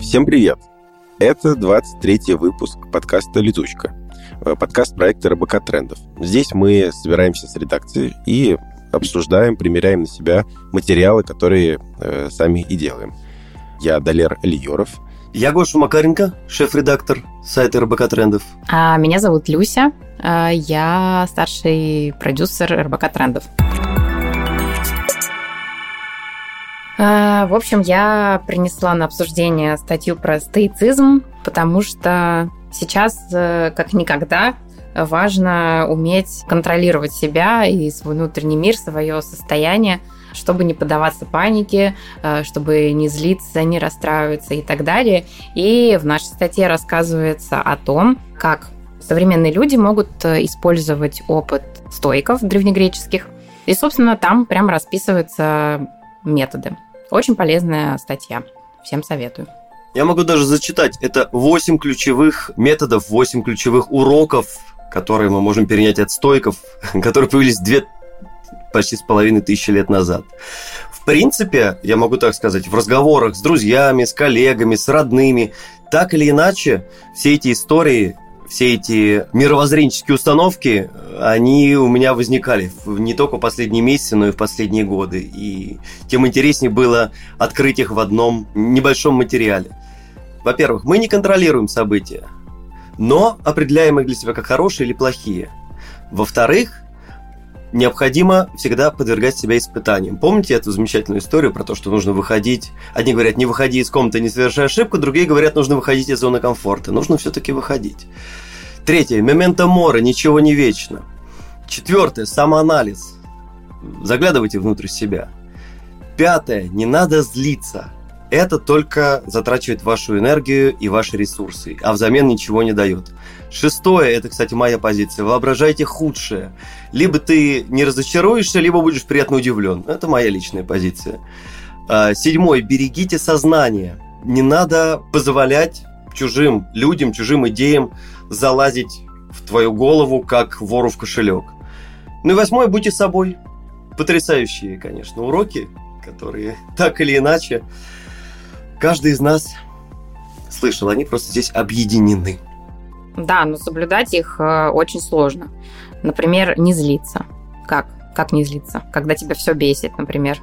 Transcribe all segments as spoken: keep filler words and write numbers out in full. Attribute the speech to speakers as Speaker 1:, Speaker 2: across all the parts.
Speaker 1: Всем привет! Это двадцать третий выпуск подкаста «Летучка», подкаст проекта РБК Трендов. Здесь мы собираемся с редакцией и обсуждаем, примеряем на себя материалы, которые э, сами и делаем. Я Далер Лиеров.
Speaker 2: Я Гоша Макаренко, шеф-редактор сайта РБК Трендов.
Speaker 3: А меня зовут Люся, я старший продюсер РБК Трендов. В общем, я принесла на обсуждение статью про стоицизм, потому что сейчас, как никогда, важно уметь контролировать себя и свой внутренний мир, свое состояние, чтобы не поддаваться панике, чтобы не злиться, не расстраиваться и так далее. И в нашей статье рассказывается о том, как современные люди могут использовать опыт стоиков древнегреческих. И, собственно, там прямо расписываются методы. Очень полезная статья. Всем советую.
Speaker 2: Я могу даже зачитать. Это восемь ключевых методов, восемь ключевых уроков, которые мы можем перенять от стоиков, которые появились две почти с половиной тысячи лет назад. В принципе, я могу так сказать, в разговорах с друзьями, с коллегами, с родными, так или иначе, все эти истории, все эти мировоззренческие установки, они у меня возникали не только в последние месяцы, но и в последние годы. И тем интереснее было открыть их в одном небольшом материале. Во-первых, мы не контролируем события, но определяем их для себя как хорошие или плохие. Во-вторых, необходимо всегда подвергать себя испытаниям. Помните эту замечательную историю про то, что нужно выходить? Одни говорят, не выходи из комнаты, не совершай ошибку, другие говорят, нужно выходить из зоны комфорта. Нужно все-таки выходить. Третье. Мементо море, ничего не вечно. Четвертое. Самоанализ. Заглядывайте внутрь себя. Пятое. Не надо злиться. Это только затрачивает вашу энергию и ваши ресурсы, а взамен ничего не дает. Шестое, это, кстати, моя позиция, воображайте худшее. Либо ты не разочаруешься, либо будешь приятно удивлен. Это моя личная позиция. Седьмое, берегите сознание. Не надо позволять чужим людям, чужим идеям залазить в твою голову, как вору в кошелек. Ну и восьмое, будьте собой. Потрясающие, конечно, уроки, которые так или иначе каждый из нас слышал, они просто здесь объединены.
Speaker 3: Да, но соблюдать их очень сложно. Например, не злиться. Как? Как не злиться? Когда тебя все бесит, например.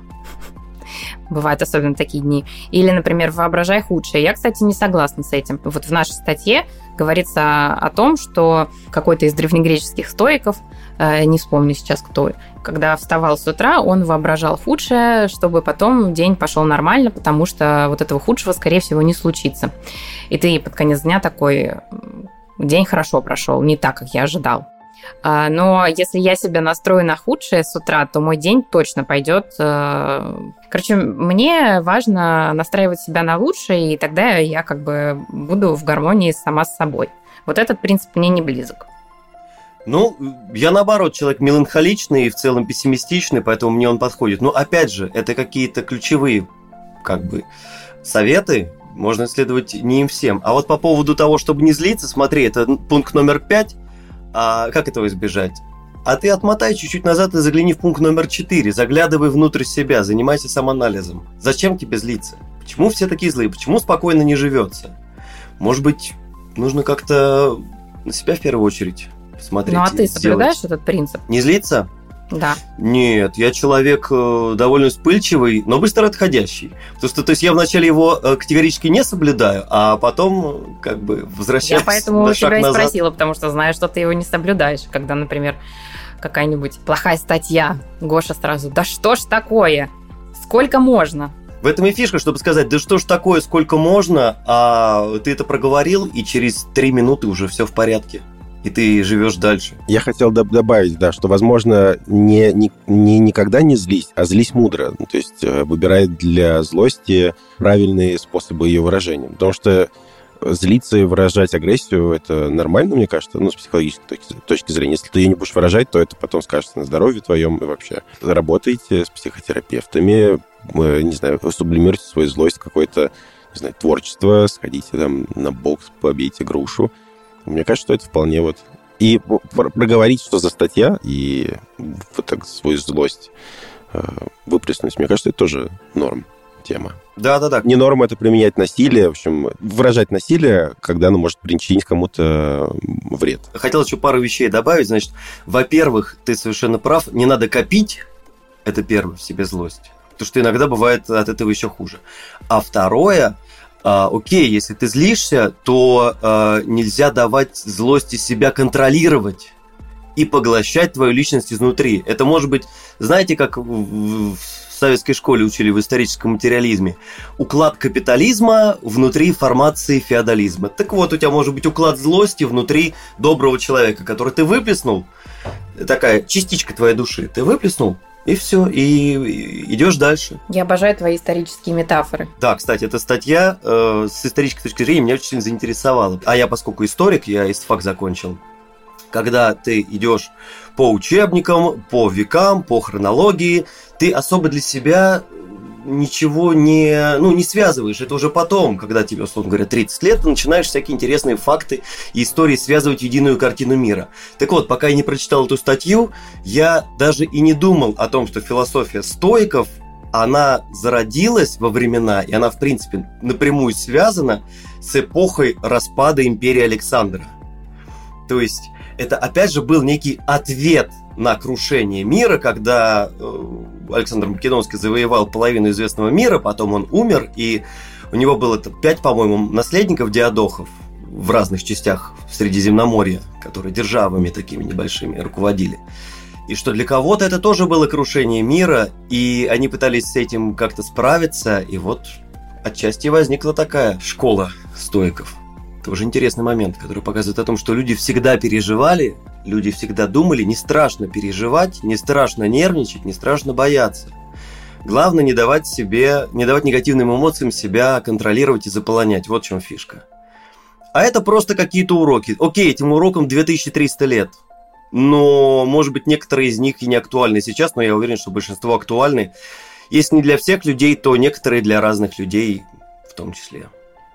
Speaker 3: Бывают особенно такие дни. Или, например, воображай худшее. Я, кстати, не согласна с этим. Вот в нашей статье говорится о том, что какой-то из древнегреческих стоиков, не вспомню сейчас кто, когда вставал с утра, он воображал худшее, чтобы потом день пошел нормально, потому что вот этого худшего, скорее всего, не случится. И ты под конец дня такой, день хорошо прошел, не так, как я ожидал. Но если я себя настрою на худшее с утра, то мой день точно пойдет. Короче, мне важно настраивать себя на лучшее, и тогда я как бы буду в гармонии сама с собой. Вот этот принцип мне не близок.
Speaker 2: Ну, я наоборот, человек меланхоличный и в целом пессимистичный, поэтому мне он подходит. Но опять же, это какие-то ключевые как бы советы, можно следовать не им всем. А вот по поводу того, чтобы не злиться, смотри, это пункт номер пять. А как этого избежать? А ты отмотай чуть-чуть назад и загляни в пункт номер четыре. Заглядывай внутрь себя, занимайся самоанализом. Зачем тебе злиться? Почему все такие злые? Почему спокойно не живется? Может быть, нужно как-то на себя в первую очерить смотреть.
Speaker 3: Ну а ты
Speaker 2: сделать.
Speaker 3: соблюдаешь этот принцип?
Speaker 2: Не злиться?
Speaker 3: Да.
Speaker 2: Нет, я человек довольно вспыльчивый, но быстро отходящий. Потому что то есть я вначале его категорически не соблюдаю, а потом как бы возвращаюсь.
Speaker 3: Я поэтому
Speaker 2: на
Speaker 3: у
Speaker 2: шаг
Speaker 3: тебя и
Speaker 2: назад.
Speaker 3: спросила, потому что знаю, что ты его не соблюдаешь. Когда, например, какая-нибудь плохая статья, Гоша сразу, да что ж такое? Сколько можно?
Speaker 2: В этом и фишка, чтобы сказать, да что ж такое, сколько можно, а ты это проговорил, и через три минуты уже все в порядке. И ты живешь дальше.
Speaker 1: Я хотел добавить, да, что, возможно, не, не, не никогда не злись, а злись мудро. То есть выбирай для злости правильные способы ее выражения. Потому что злиться и выражать агрессию – это нормально, мне кажется, ну, с психологической точки, точки зрения. Если ты ее не будешь выражать, то это потом скажется на здоровье твоем и вообще. Работайте с психотерапевтами, не знаю, сублимируйте свою злость в какое-то, не знаю, творчество, сходите там на бокс, побейте грушу. Мне кажется, что это вполне вот... И проговорить, что за статья, и вот так свою злость выплеснуть, мне кажется, это тоже норм. тема.
Speaker 2: Да-да-да.
Speaker 1: Не норма это применять насилие, в общем, выражать насилие, когда оно может причинить кому-то вред.
Speaker 2: Хотел еще пару вещей добавить. Значит, во-первых, ты совершенно прав, не надо копить, это первое, в себе злость. Потому что иногда бывает от этого еще хуже. А второе, а, окей, если ты злишься, то а, нельзя давать злости себя контролировать и поглощать твою личность изнутри. Это может быть, знаете, как в, в советской школе учили в историческом материализме, уклад капитализма внутри формации феодализма. Так вот, у тебя может быть уклад злости внутри доброго человека, который ты выплеснул, такая частичка твоей души, ты выплеснул, и все, и идешь дальше.
Speaker 3: Я обожаю твои исторические метафоры.
Speaker 2: Да, кстати, эта статья э, с исторической точки зрения меня очень сильно заинтересовала. А я, поскольку историк, я ИСТФАК закончил, когда ты идешь по учебникам, по векам, по хронологии, ты особо для себя ничего не, ну, не связываешь. Это уже потом, когда тебе, условно говоря, тридцать лет, ты начинаешь всякие интересные факты и истории связывать в единую картину мира. Так вот, пока я не прочитал эту статью, я даже и не думал о том, что философия стоиков, она зародилась во времена, и она, в принципе, напрямую связана с эпохой распада империи Александра. То есть это, опять же, был некий ответ на крушение мира, когда Александр Македонский завоевал половину известного мира, потом он умер, и у него было пять, по-моему, наследников диадохов в разных частях Средиземноморья, которые державами такими небольшими руководили. И что для кого-то это тоже было крушение мира, и они пытались с этим как-то справиться, и вот отчасти возникла такая школа стоиков. Тоже интересный момент, который показывает о том, что люди всегда переживали, люди всегда думали, не страшно переживать, не страшно нервничать, не страшно бояться. Главное не давать себе, не давать негативным эмоциям себя контролировать и заполонять. Вот в чем фишка. А это просто какие-то уроки. Окей, этим урокам две тысячи триста лет. Но, может быть, некоторые из них и не актуальны сейчас, но я уверен, что большинство актуальны. Если не для всех людей, то некоторые для разных людей в том числе.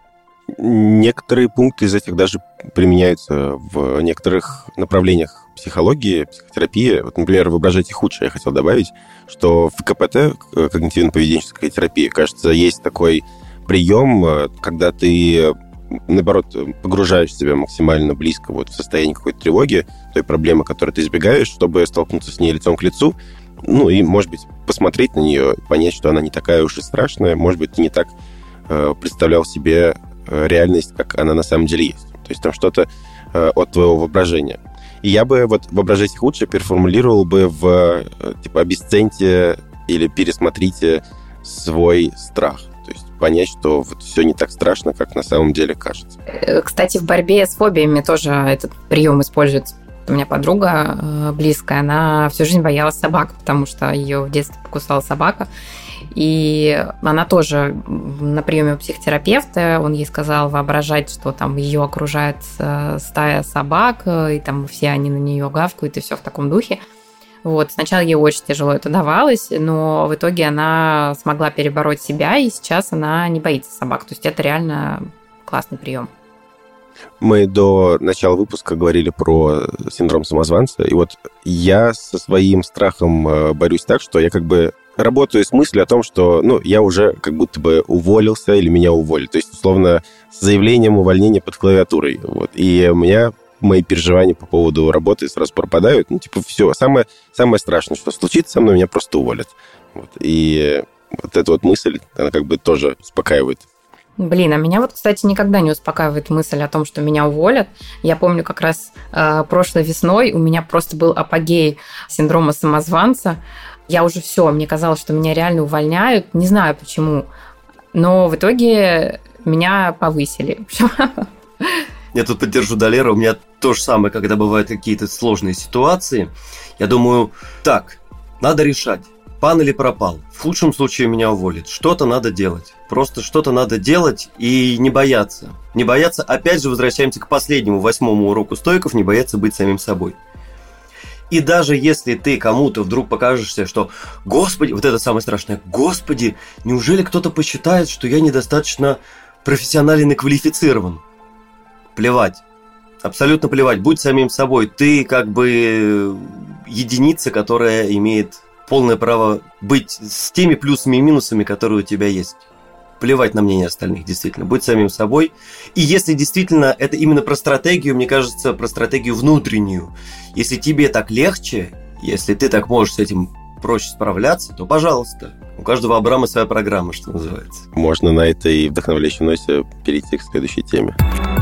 Speaker 1: Некоторые пункты из этих даже применяются в некоторых направлениях психологии, психотерапии. Вот, например, воображайте худшее, я хотел добавить, что в КПТ, когнитивно-поведенческой терапии, кажется, есть такой прием, когда ты, наоборот, погружаешь себя максимально близко вот в состояние какой-то тревоги, той проблемы, которую ты избегаешь, чтобы столкнуться с ней лицом к лицу, ну и, может быть, посмотреть на нее, понять, что она не такая уж и страшная, может быть, ты не так э, представлял себе реальность, как она на самом деле есть. То есть там что-то э, от твоего воображения. И я бы вот «воображайте худшее» переформулировал бы в типа «обесценьте» или «пересмотрите свой страх». То есть понять, что вот все не так страшно, как на самом деле кажется.
Speaker 3: Кстати, в борьбе с фобиями тоже этот прием используется. У меня подруга близкая, она всю жизнь боялась собак, потому что ее в детстве покусала собака. И она тоже на приеме у психотерапевта, он ей сказал воображать, что там ее окружает стая собак, и там все они на нее гавкают, и все в таком духе. Вот. Сначала ей очень тяжело это давалось, но в итоге она смогла перебороть себя, и сейчас она не боится собак. То есть это реально классный прием.
Speaker 1: Мы до начала выпуска говорили про синдром самозванца, и вот я со своим страхом борюсь так, что я как бы работаю с мыслью о том, что, ну, я уже как будто бы уволился или меня уволили. То есть, условно, с заявлением увольнения под клавиатурой. Вот. И у меня мои переживания по поводу работы сразу пропадают. Ну, типа, все. Самое, самое страшное, что случится со мной, меня просто уволят. Вот. И вот эта вот мысль, она как бы тоже успокаивает.
Speaker 3: Блин, а меня вот, кстати, никогда не успокаивает мысль о том, что меня уволят. Я помню, как раз э, прошлой весной у меня просто был апогей синдрома самозванца. Я уже все, мне казалось, что меня реально увольняют. Не знаю почему. Но в итоге меня повысили.
Speaker 2: Я тут поддержу Далера. У меня то же самое, когда бывают какие-то сложные ситуации. Я думаю, так, надо решать, пан или пропал. В худшем случае меня уволят. Что-то надо делать. Просто что-то надо делать и не бояться. Не бояться, опять же, возвращаемся к последнему, восьмому уроку стоиков, не бояться быть самим собой. И даже если ты кому-то вдруг покажешься, что «Господи», вот это самое страшное, «Господи, неужели кто-то посчитает, что я недостаточно профессионален и квалифицирован?» Плевать. Абсолютно плевать. Будь самим собой. Ты как бы единица, которая имеет полное право быть с теми плюсами и минусами, которые у тебя есть. Плевать на мнение остальных, действительно. Будь самим собой. И если действительно это именно про стратегию, мне кажется, про стратегию внутреннюю. Если тебе так легче, если ты так можешь с этим проще справляться, то пожалуйста. У каждого Абрама своя программа, что называется.
Speaker 1: Можно на этой вдохновляющей ноте перейти к следующей теме.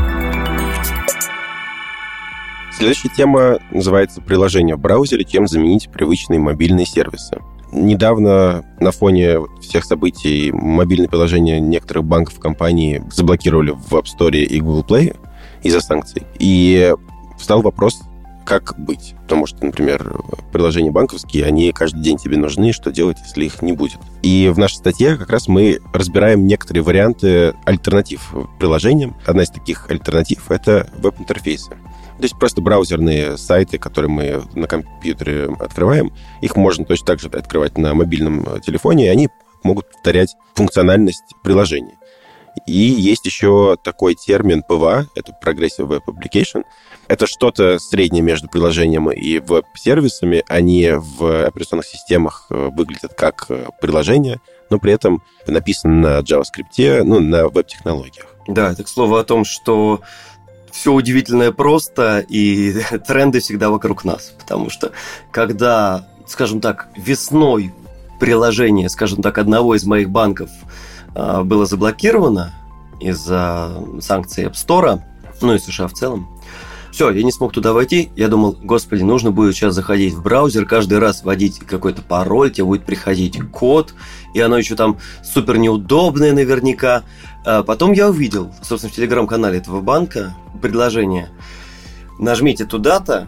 Speaker 1: Следующая тема называется «Приложение в браузере. Чем заменить привычные мобильные сервисы». Недавно на фоне всех событий мобильные приложения некоторых банков и компаний заблокировали в App Store и Google Play из-за санкций. И встал вопрос, как быть. Потому что, например, приложения банковские, они каждый день тебе нужны, что делать, если их не будет. И в нашей статье как раз мы разбираем некоторые варианты альтернатив приложениям. Одна из таких альтернатив — это веб-интерфейсы. То есть просто браузерные сайты, которые мы на компьютере открываем, их можно точно так же открывать на мобильном телефоне, и они могут повторять функциональность приложений. И есть еще такой термин пи ви эй, это Progressive Web Application. Это что-то среднее между приложением и веб-сервисами. Они в операционных системах выглядят как приложение, но при этом написаны на JavaScript, ну, на веб-технологиях.
Speaker 2: Да, это к слову о том, что все удивительное просто, и тренды всегда вокруг нас. Потому что когда, скажем так, весной приложение, скажем так, одного из моих банков было заблокировано из-за санкций App Store, ну и США в целом, все, я не смог туда войти. Я думал, господи, нужно будет сейчас заходить в браузер, каждый раз вводить какой-то пароль, тебе будет приходить код, и оно еще там супер неудобное наверняка. А потом я увидел, собственно, в телеграм-канале этого банка предложение. Нажмите туда-то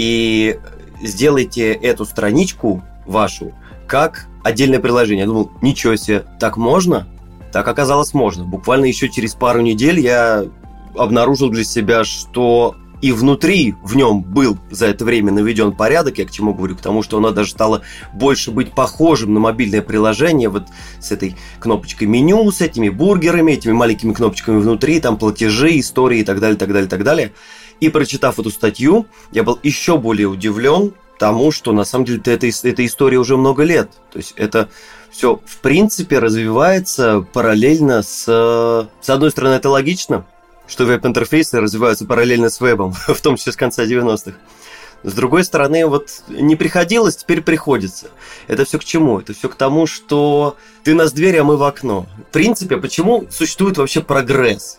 Speaker 2: и сделайте эту страничку вашу как отдельное приложение. Я думал, ничего себе, так можно? Так оказалось можно. Буквально еще через пару недель я обнаружил для себя, что и внутри в нем был за это время наведен порядок. Я к чему говорю? К тому, что оно даже стало больше быть похожим на мобильное приложение, вот с этой кнопочкой меню, с этими бургерами, этими маленькими кнопочками внутри, там платежи, истории и так далее, так далее, так далее. И прочитав эту статью, я был еще более удивлен тому, что на самом деле эта, эта история уже много лет. То есть это все, в принципе, развивается параллельно с... С одной стороны, это логично, что веб-интерфейсы развиваются параллельно с вебом, в том числе с конца девяностых. С другой стороны, вот не приходилось, теперь приходится. Это все к чему? Это все к тому, что ты нас в дверь, а мы в окно. В принципе, почему существует вообще прогресс?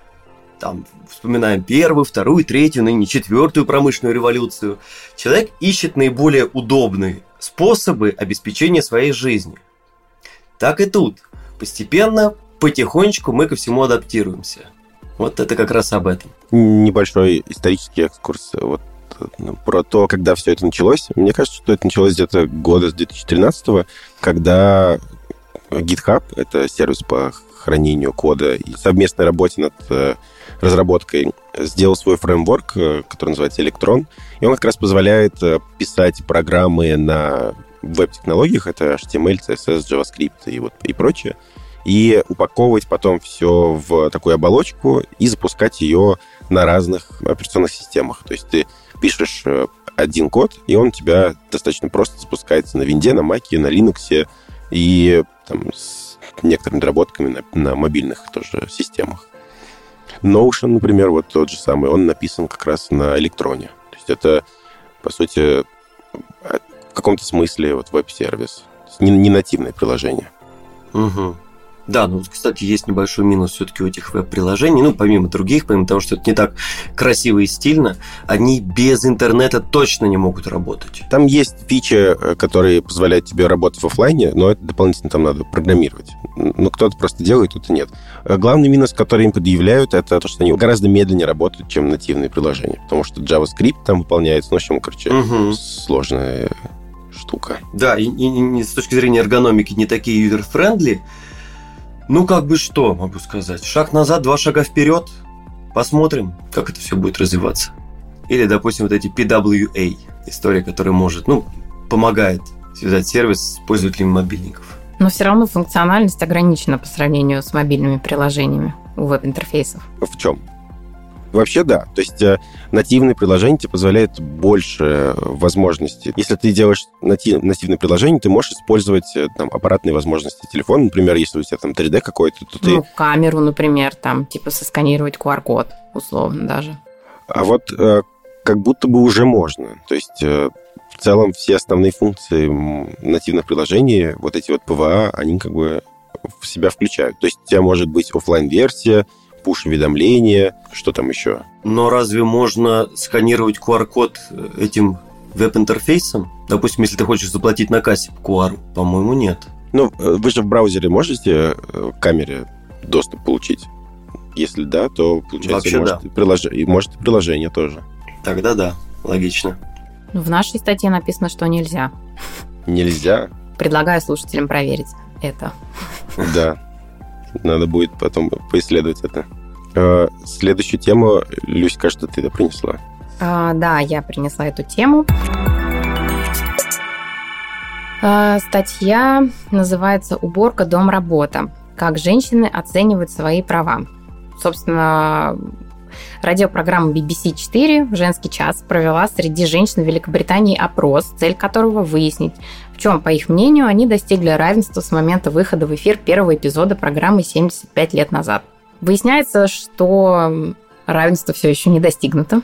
Speaker 2: Там вспоминаем первую, вторую, третью, ныне четвертую промышленную революцию. Человек ищет наиболее удобные способы обеспечения своей жизни. Так и тут. Постепенно, потихонечку мы ко всему адаптируемся. Вот это как раз об этом.
Speaker 1: Небольшой исторический экскурс вот, ну, про то, когда все это началось. Мне кажется, что это началось где-то года с две тысячи тринадцатого, когда GitHub, это сервис по хранению кода и совместной работе над разработкой, сделал свой фреймворк, который называется Electron, и он как раз позволяет писать программы на веб-технологиях, это эйч ти эм эль, си эс эс, JavaScript и, вот, и прочее, и упаковывать потом все в такую оболочку и запускать ее на разных операционных системах. То есть ты пишешь один код, и он у тебя достаточно просто запускается на Винде, на Маке, на Linux и там, с некоторыми доработками на, на мобильных тоже системах. Notion, например, вот тот же самый, он написан как раз на электроне. То есть это, по сути, в каком-то смысле вот веб-сервис. Не, не нативное приложение.
Speaker 2: Угу. Да, ну, кстати, есть небольшой минус все-таки у этих веб-приложений, ну, помимо других, помимо того, что это не так красиво и стильно, они без интернета точно не могут работать.
Speaker 1: Там есть фичи, которые позволяют тебе работать в офлайне, но это дополнительно там надо программировать. Ну, кто-то просто делает, кто-то нет. Главный минус, который им предъявляют, это то, что они гораздо медленнее работают, чем нативные приложения, потому что JavaScript там выполняется, ну, в общем, короче, угу. сложная штука.
Speaker 2: Да, и, и, и с точки зрения эргономики не такие user-friendly. Ну, как бы что, могу сказать. Шаг назад, два шага вперед. Посмотрим, как это все будет развиваться. Или, допустим, вот эти пи дабл ю эй. История, которая может, ну, помогает связать сервис с пользователями мобильников.
Speaker 3: Но все равно функциональность ограничена по сравнению с мобильными приложениями у веб-интерфейсов.
Speaker 1: В чем? Вообще, да. То есть э, нативные приложения тебе позволяют больше возможностей. Если ты делаешь натив, нативное приложение, ты можешь использовать э, там, аппаратные возможности телефона. Например, если у тебя там три дэ какой-то, то ты...
Speaker 3: Ну, камеру, например, там, типа, сосканировать ку ар-код, условно даже.
Speaker 1: А вот э, как будто бы уже можно. То есть э, в целом все основные функции нативных приложений, вот эти вот пи ви эй, они как бы в себя включают. То есть у тебя может быть офлайн-версия, пуш-уведомления, что там еще?
Speaker 2: Но разве можно сканировать ку ар-код этим веб-интерфейсом? Допустим, если ты хочешь заплатить на кассе по ку ар, по-моему, нет.
Speaker 1: Ну, вы же в браузере можете к камере доступ получить? Если да, то, получается,
Speaker 2: Вообще,
Speaker 1: может,
Speaker 2: да.
Speaker 1: и прилож... и может и приложение тоже.
Speaker 2: Тогда да, логично.
Speaker 3: В нашей статье написано, что нельзя.
Speaker 1: Нельзя?
Speaker 3: Предлагаю слушателям проверить это.
Speaker 1: Да. Надо будет потом поисследовать это. Следующую тему, Люсь, кажется, ты принесла.
Speaker 3: А, да, я принесла эту тему. А, статья называется «Уборка, дом, работа. Как женщины оценивают свои права». Собственно, радиопрограмма би би си четыре «Женский час» провела среди женщин в Великобритании опрос, цель которого выяснить, в чем, по их мнению, они достигли равенства с момента выхода в эфир первого эпизода программы семьдесят пять лет назад. Выясняется, что равенство все еще не достигнуто.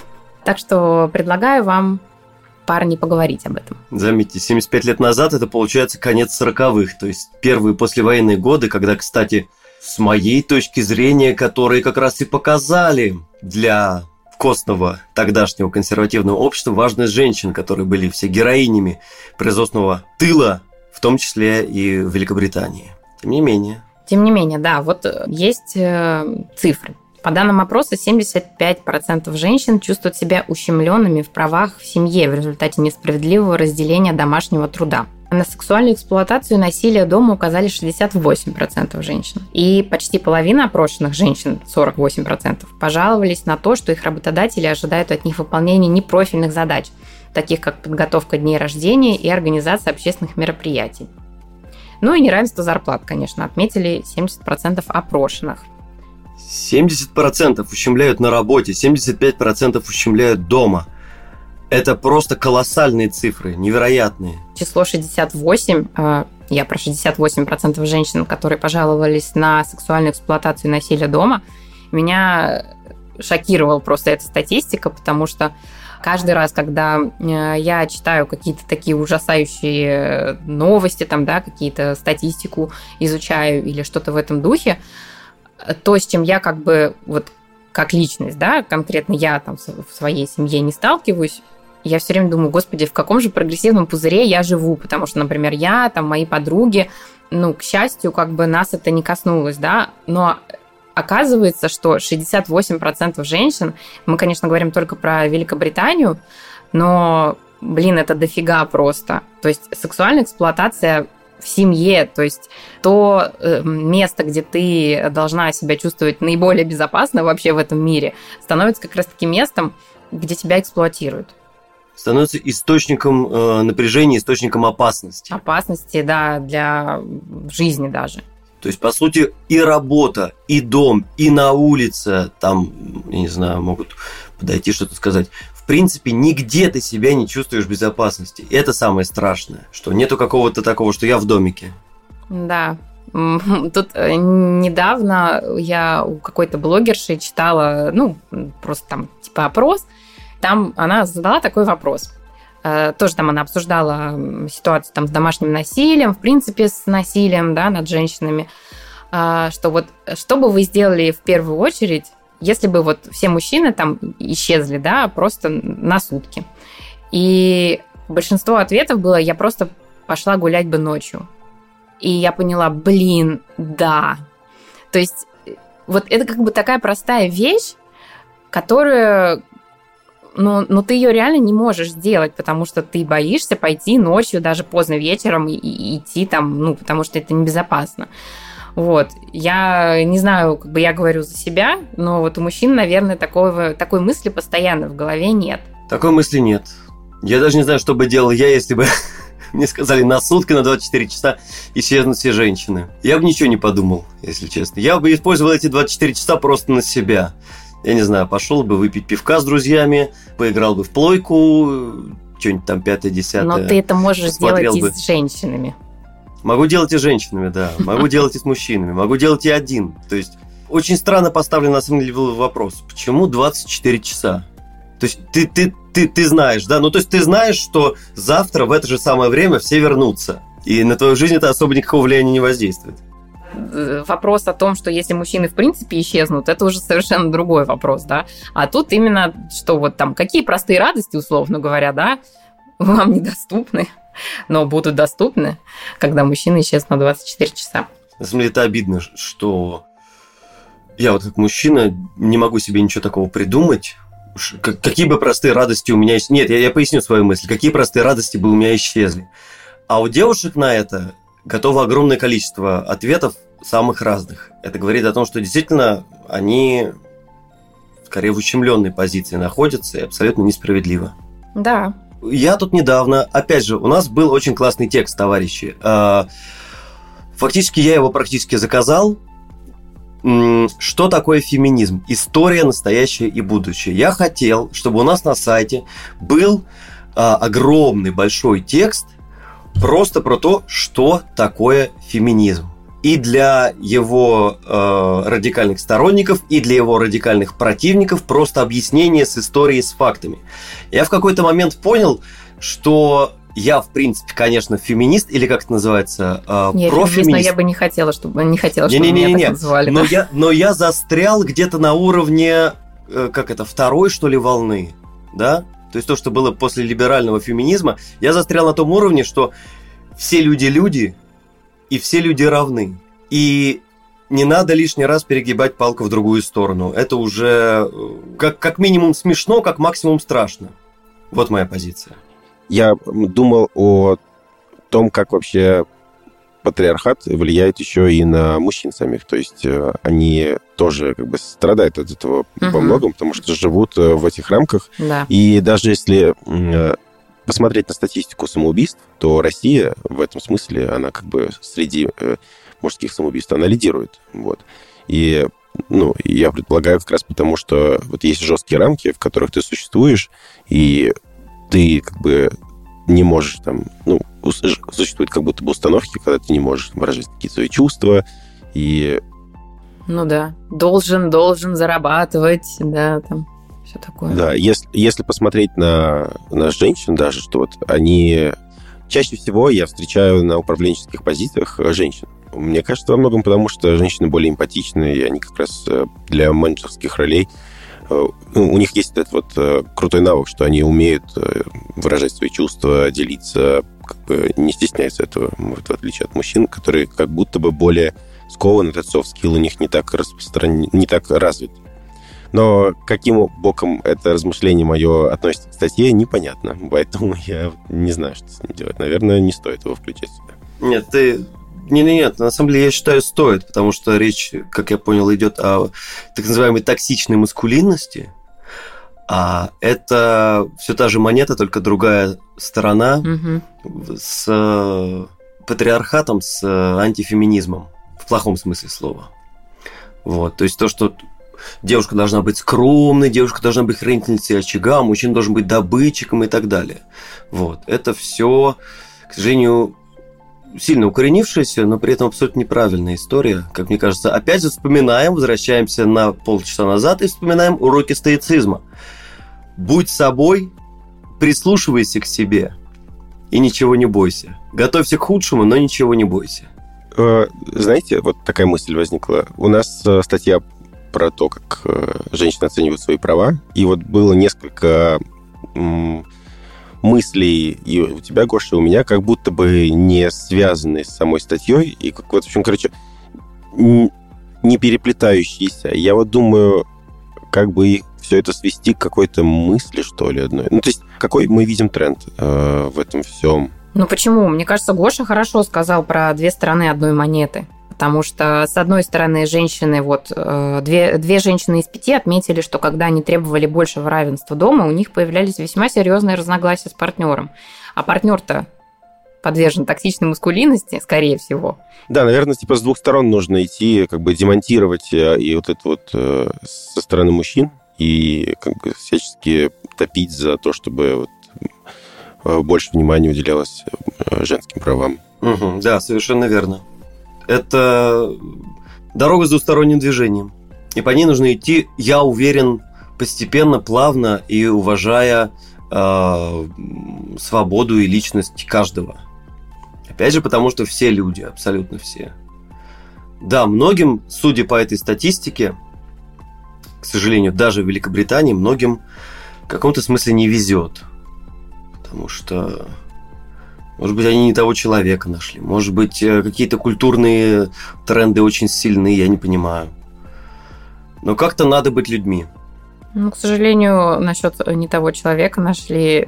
Speaker 3: Так что предлагаю вам, парни, поговорить об этом.
Speaker 2: Заметьте, семьдесят пять лет назад это получается конец сороковых, то есть первые послевоенные годы, когда, кстати, с моей точки зрения, которые как раз и показали для костного тогдашнего консервативного общества важность женщин, которые были все героинями производственного тыла, в том числе и в Великобритании. Тем не менее.
Speaker 3: Тем не менее, да, вот есть цифры. По данным опроса, семьдесят пять процентов женщин чувствуют себя ущемленными в правах в семье в результате несправедливого разделения домашнего труда. На сексуальную эксплуатацию и насилие дома указали шестьдесят восемь процентов женщин. И почти половина опрошенных женщин, сорок восемь процентов, пожаловались на то, что их работодатели ожидают от них выполнения непрофильных задач, таких как подготовка дней рождения и организация общественных мероприятий. Ну и неравенство зарплат, конечно, отметили семьдесят процентов опрошенных.
Speaker 2: семьдесят процентов ущемляют на работе, семьдесят пять процентов ущемляют дома. Это просто колоссальные цифры, невероятные.
Speaker 3: Число шестьдесят восемь, я про шестьдесят восемь процентов женщин, которые пожаловались на сексуальную эксплуатацию и насилие дома, меня шокировала просто эта статистика, потому что каждый раз, когда я читаю какие-то такие ужасающие новости, там, да, какие-то статистику изучаю или что-то в этом духе, то, с чем я как бы, вот как личность, да, конкретно я там в своей семье не сталкиваюсь, я все время думаю, господи, в каком же прогрессивном пузыре я живу, потому что, например, я, там, мои подруги, ну, к счастью, как бы нас это не коснулось, да, но оказывается, что шестьдесят восемь процентов женщин, мы, конечно, говорим только про Великобританию, но, блин, это дофига просто. То есть сексуальная эксплуатация в семье, то есть то место, где ты должна себя чувствовать наиболее безопасно вообще в этом мире, становится как раз-таки местом, где тебя эксплуатируют.
Speaker 2: Становится источником э, напряжения, источником опасности.
Speaker 3: Опасности, да, для жизни даже.
Speaker 2: То есть, по сути, и работа, и дом, и на улице, там, я не знаю, могут подойти что-то сказать. В принципе, нигде ты себя не чувствуешь в безопасности. И это самое страшное, что нету какого-то такого, что я в домике.
Speaker 3: Да. Тут недавно я у какой-то блогерши читала, ну, просто там типа опрос. Там она задала такой вопрос. Тоже там она обсуждала ситуацию там с домашним насилием, в принципе, с насилием, да, над женщинами. Что вот, что бы вы сделали в первую очередь, если бы вот все мужчины там исчезли, да, просто на сутки. И большинство ответов было: я просто пошла гулять бы ночью. И я поняла, блин, да. То есть вот это как бы такая простая вещь, которую... Но, но ты ее реально не можешь сделать, потому что ты боишься пойти ночью, даже поздно вечером, и, и идти там, ну, потому что это небезопасно. Вот. Я не знаю, как бы я говорю за себя, но вот у мужчин, наверное, такого, такой мысли постоянно в голове нет.
Speaker 2: Такой мысли нет. Я даже не знаю, что бы делал я, если бы мне сказали на сутки, на двадцать четыре часа исчезнут все женщины. Я бы ничего не подумал, если честно. Я бы использовал эти двадцать четыре часа просто на себя. я не знаю, пошел бы выпить пивка с друзьями, поиграл бы в плойку, что-нибудь там пятое-десятое.
Speaker 3: Но ты это можешь сделать и
Speaker 2: бы.
Speaker 3: с женщинами.
Speaker 2: Могу делать и с женщинами, да. Могу делать и с мужчинами. Могу делать и один. То есть очень странно поставлен на самом деле был вопрос. Почему двадцать четыре часа? То есть ты, ты, ты, ты знаешь, да? Ну, то есть ты знаешь, что завтра в это же самое время все вернутся. И на твою жизнь это особо никакого влияния не воздействует.
Speaker 3: Вопрос о том, что если мужчины в принципе исчезнут, это уже совершенно другой вопрос, да. А тут именно, что вот там, какие простые радости, условно говоря, да, вам недоступны, но будут доступны, когда мужчина исчезнет на двадцать четыре часа.
Speaker 2: На самом деле это обидно, что я вот как мужчина не могу себе ничего такого придумать. Какие бы простые радости у меня... Нет, я, я поясню свою мысль. Какие простые радости бы у меня исчезли. А у девушек на это готово огромное количество ответов самых разных. Это говорит о том, что действительно они скорее в ущемленной позиции находятся и абсолютно несправедливо.
Speaker 3: Да.
Speaker 2: Я тут недавно, опять же, у нас был очень классный текст, товарищи. Фактически я его практически заказал. Что такое феминизм? История, настоящее и будущее. Я хотел, чтобы у нас на сайте был огромный большой текст просто про то, что такое феминизм. И для его э, радикальных сторонников, и для его радикальных противников просто объяснение с историей, с фактами. Я в какой-то момент понял, что я, в принципе, конечно, феминист, или как это называется, э,
Speaker 3: Нет,
Speaker 2: профеминист.
Speaker 3: Я бы не хотела, чтобы, не хотела, чтобы
Speaker 2: не, не, не,
Speaker 3: меня
Speaker 2: не,
Speaker 3: так называли.
Speaker 2: Но,
Speaker 3: да?
Speaker 2: я, но я застрял где-то на уровне, э, как это, второй, что ли, волны, да? То есть то, что было после либерального феминизма, я застрял на том уровне, что все люди люди, и все люди равны. И не надо лишний раз перегибать палку в другую сторону. Это уже как, как минимум смешно, как максимум страшно. Вот моя позиция.
Speaker 1: Я думал о том, как вообще патриархат влияет еще и на мужчин самих. То есть они тоже как бы страдают от этого uh-huh. во многом, потому что живут в этих рамках.
Speaker 3: Да.
Speaker 1: И даже если посмотреть на статистику самоубийств, то Россия в этом смысле, она как бы среди мужских самоубийств, она лидирует. Вот. И ну, я предполагаю как раз потому, что вот есть жесткие рамки, в которых ты существуешь, и ты как бы не можешь там... Ну, существуют как будто бы установки, когда ты не можешь выражать какие-то свои чувства, и...
Speaker 3: Ну да. Должен, должен зарабатывать, да, там... Все такое.
Speaker 1: Да, если, если посмотреть на, на женщин даже, что вот они... Чаще всего я встречаю на управленческих позициях женщин. Мне кажется, во многом потому, что женщины более эмпатичны, и они как раз для менеджерских ролей... Ну, у них есть этот вот крутой навык, что они умеют выражать свои чувства, делиться, как бы не стесняются этого, в отличие от мужчин, которые как будто бы более скованы, этот soft-skill у них не так распространен, не так развит. Но каким боком это размышление мое относится к статье, непонятно. Поэтому я не знаю, что с ним делать. Наверное, не стоит его включать сюда.
Speaker 2: Нет, ты... Нет-нет-нет, на самом деле, я считаю, стоит, потому что речь, как я понял, идет о так называемой токсичной маскулинности. А это все та же монета, только другая сторона угу. с патриархатом, с антифеминизмом. В плохом смысле слова. Вот, то есть то, что... Девушка должна быть скромной, девушка должна быть хранительницей очага, мужчина должен быть добытчиком и так далее. Вот. Это все, к сожалению, сильно укоренившаяся, но при этом абсолютно неправильная история, как мне кажется. Опять же вспоминаем, возвращаемся на полчаса назад и вспоминаем уроки стоицизма. Будь собой, прислушивайся к себе и ничего не бойся. Готовься к худшему, но ничего не бойся.
Speaker 1: Знаете, вот такая мысль возникла. У нас статья про то, как женщины оценивают свои права. И вот было несколько м- мыслей и у тебя, Гоша, и у меня, как будто бы не связанные с самой статьей. И как вот, в общем, короче, не переплетающиеся. Я вот думаю, как бы все это свести к какой-то мысли, что ли, одной. Ну, то есть, какой мы видим тренд э, в этом всем?
Speaker 3: Ну, почему? Мне кажется, Гоша хорошо сказал про две стороны одной монеты. Потому что, с одной стороны, женщины, вот две, две женщины из пяти отметили, что когда они требовали большего равенства дома, у них появлялись весьма серьезные разногласия с партнером. А партнер-то подвержен токсичной маскулинности, скорее всего.
Speaker 1: Да, наверное, типа с двух сторон нужно идти, как бы демонтировать и вот это вот со стороны мужчин, и как бы всячески топить за то, чтобы вот больше внимания уделялось женским правам.
Speaker 2: Угу, да, совершенно верно. Это дорога с двусторонним движением. И по ней нужно идти, я уверен, постепенно, плавно и уважая э, свободу и личность каждого. Опять же, потому что все люди, абсолютно все. Да, многим, судя по этой статистике, к сожалению, даже в Великобритании, многим в каком-то смысле не везет. Потому что, может быть, они не того человека нашли. Может быть, какие-то культурные тренды очень сильны, я не понимаю. Но как-то надо быть людьми.
Speaker 3: Ну, к сожалению, насчет не того человека нашли,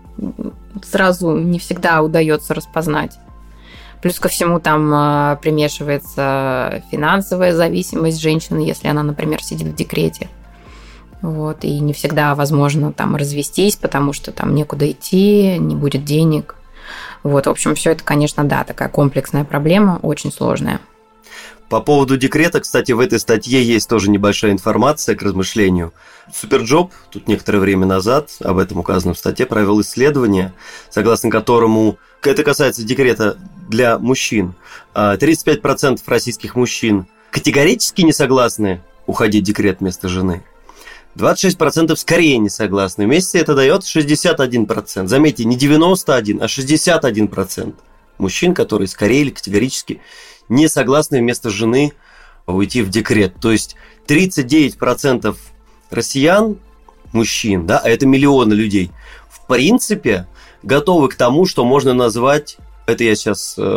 Speaker 3: сразу не всегда удается распознать. Плюс ко всему там примешивается финансовая зависимость женщины, если она, например, сидит в декрете. Вот, и не всегда возможно там развестись, потому что там некуда идти, не будет денег. Вот, в общем, все это, конечно, да, такая комплексная проблема, очень сложная.
Speaker 2: По поводу декрета, кстати, в этой статье есть тоже небольшая информация к размышлению. Суперджоп тут некоторое время назад, об этом указано в статье, провел исследование, согласно которому, это касается декрета для мужчин, тридцать пять процентов российских мужчин категорически не согласны уходить в декрет вместо жены. двадцать шесть процентов скорее не согласны. Вместе это дает шестьдесят один процент. Заметьте, не девяносто один процент, а шестьдесят один процент мужчин, которые скорее или категорически не согласны вместо жены уйти в декрет. То есть тридцать девять процентов россиян, мужчин, да, а это миллионы людей, в принципе, готовы к тому, что можно назвать, это я сейчас э,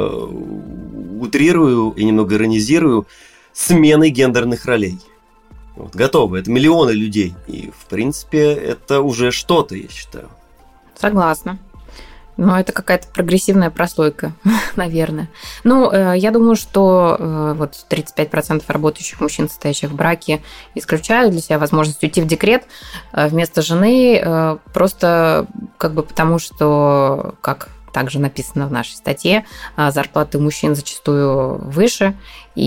Speaker 2: утрирую и немного иронизирую, сменой гендерных ролей. Вот, готовы. Это миллионы людей. И, в принципе, это уже что-то, я считаю.
Speaker 3: Согласна. Но это какая-то прогрессивная прослойка, наверное. Ну, я думаю, что вот тридцать пять процентов работающих мужчин, состоящих в браке, исключают для себя возможность уйти в декрет вместо жены, просто как бы потому, что, как также написано в нашей статье, зарплаты мужчин зачастую выше,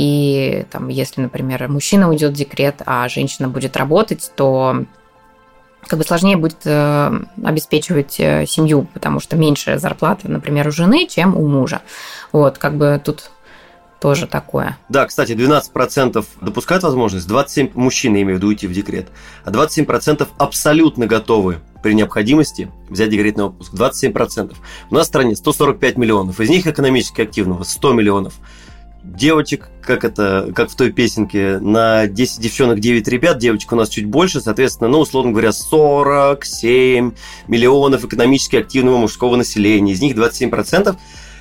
Speaker 3: и там, если, например, мужчина уйдет в декрет, а женщина будет работать, то как бы сложнее будет э, обеспечивать э, семью, потому что меньше зарплата, например, у жены, чем у мужа. Вот, как бы тут тоже такое.
Speaker 2: Да, кстати, двенадцать процентов допускают возможность, двадцать семь процентов мужчин, я имею в виду, уйти в декрет, а двадцать семь процентов абсолютно готовы при необходимости взять декретный отпуск. двадцать семь процентов. У нас в стране сто сорок пять миллионов, из них экономически активного сто миллионов. Девочек, как это, как в той песенке, на десять девчонок девять ребят, девочек у нас чуть больше, соответственно, ну, условно говоря, сорок семь миллионов экономически активного мужского населения. Из них двадцать семь процентов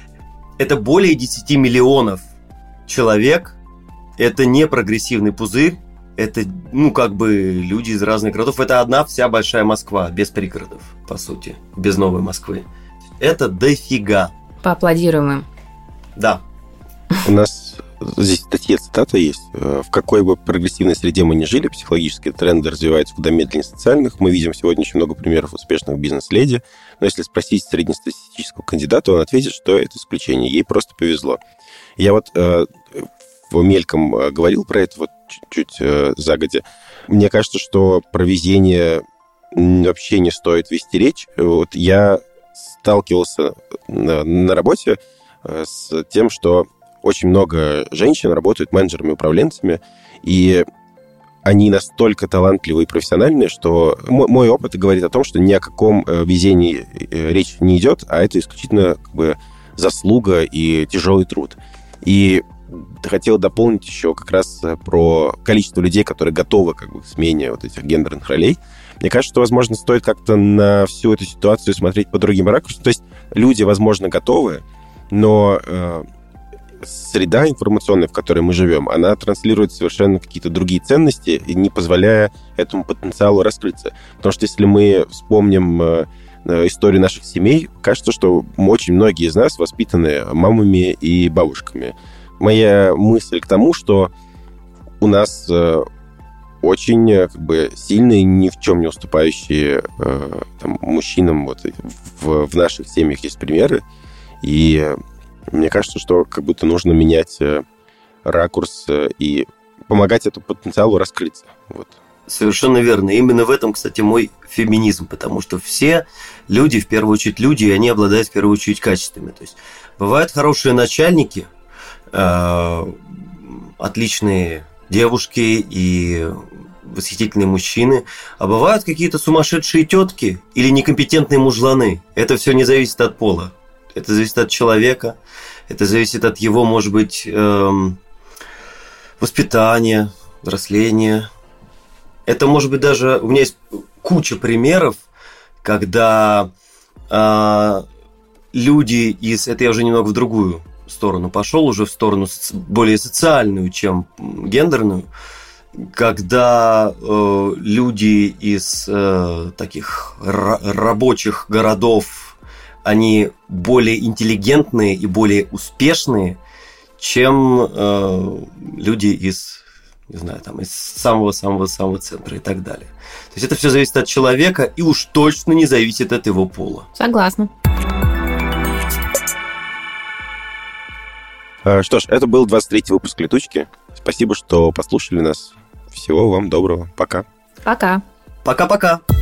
Speaker 2: это более десять миллионов человек. Это не прогрессивный пузырь, это, ну, как бы люди из разных городов. Это одна вся большая Москва, без пригородов, по сути, без новой Москвы. Это дофига.
Speaker 3: Поаплодируем им.
Speaker 2: Да.
Speaker 1: У нас здесь в статье цитата есть. В какой бы прогрессивной среде мы ни жили, психологические тренды развиваются куда медленнее социальных. Мы видим сегодня очень много примеров успешных бизнес-леди. Но если спросить среднестатистического кандидата, он ответит, что это исключение. Ей просто повезло. Я вот э, мельком говорил про это вот чуть-чуть э, загодя. Мне кажется, что про везение вообще не стоит вести речь. Вот я сталкивался на, на работе э, с тем, что очень много женщин работают менеджерами-управленцами, и они настолько талантливые и профессиональные, что мой, мой опыт говорит о том, что ни о каком везении речь не идет, а это исключительно как бы заслуга и тяжелый труд. И хотел дополнить еще как раз про количество людей, которые готовы как бы к смене вот этих гендерных ролей. Мне кажется, что, возможно, стоит как-то на всю эту ситуацию смотреть по другим ракурсам. То есть люди, возможно, готовы, но э, среда информационная, в которой мы живем, она транслирует совершенно какие-то другие ценности, не позволяя этому потенциалу раскрыться. Потому что если мы вспомним э, историю наших семей, кажется, что очень многие из нас воспитаны мамами и бабушками. Моя мысль к тому, что у нас э, очень как бы сильные, ни в чем не уступающие э, там, мужчинам вот, в, в наших семьях есть примеры. И мне кажется, что как будто нужно менять ракурс и помогать этому потенциалу раскрыться. Вот.
Speaker 2: Совершенно верно. Именно в этом, кстати, мой феминизм, потому что все люди, в первую очередь люди, и они обладают в первую очередь качествами. То есть бывают хорошие начальники, э, отличные девушки и восхитительные мужчины, а бывают какие-то сумасшедшие тетки или некомпетентные мужланы. Это все не зависит от пола. Это зависит от человека, это зависит от его, может быть, э, воспитания, взросления. Это может быть даже... У меня есть куча примеров, когда э, люди из... Это я уже немного в другую сторону пошел, уже в сторону более социальную, чем гендерную, когда э, люди из э, таких р- рабочих городов, они более интеллигентные и более успешные, чем э, люди из... не знаю, там, из самого-самого-самого центра и так далее. То есть это все зависит от человека и уж точно не зависит от его пола.
Speaker 3: Согласна.
Speaker 1: Что ж, это был двадцать третий выпуск «Летучки». Спасибо, что послушали нас. Всего вам доброго. Пока.
Speaker 3: Пока.
Speaker 2: Пока-пока.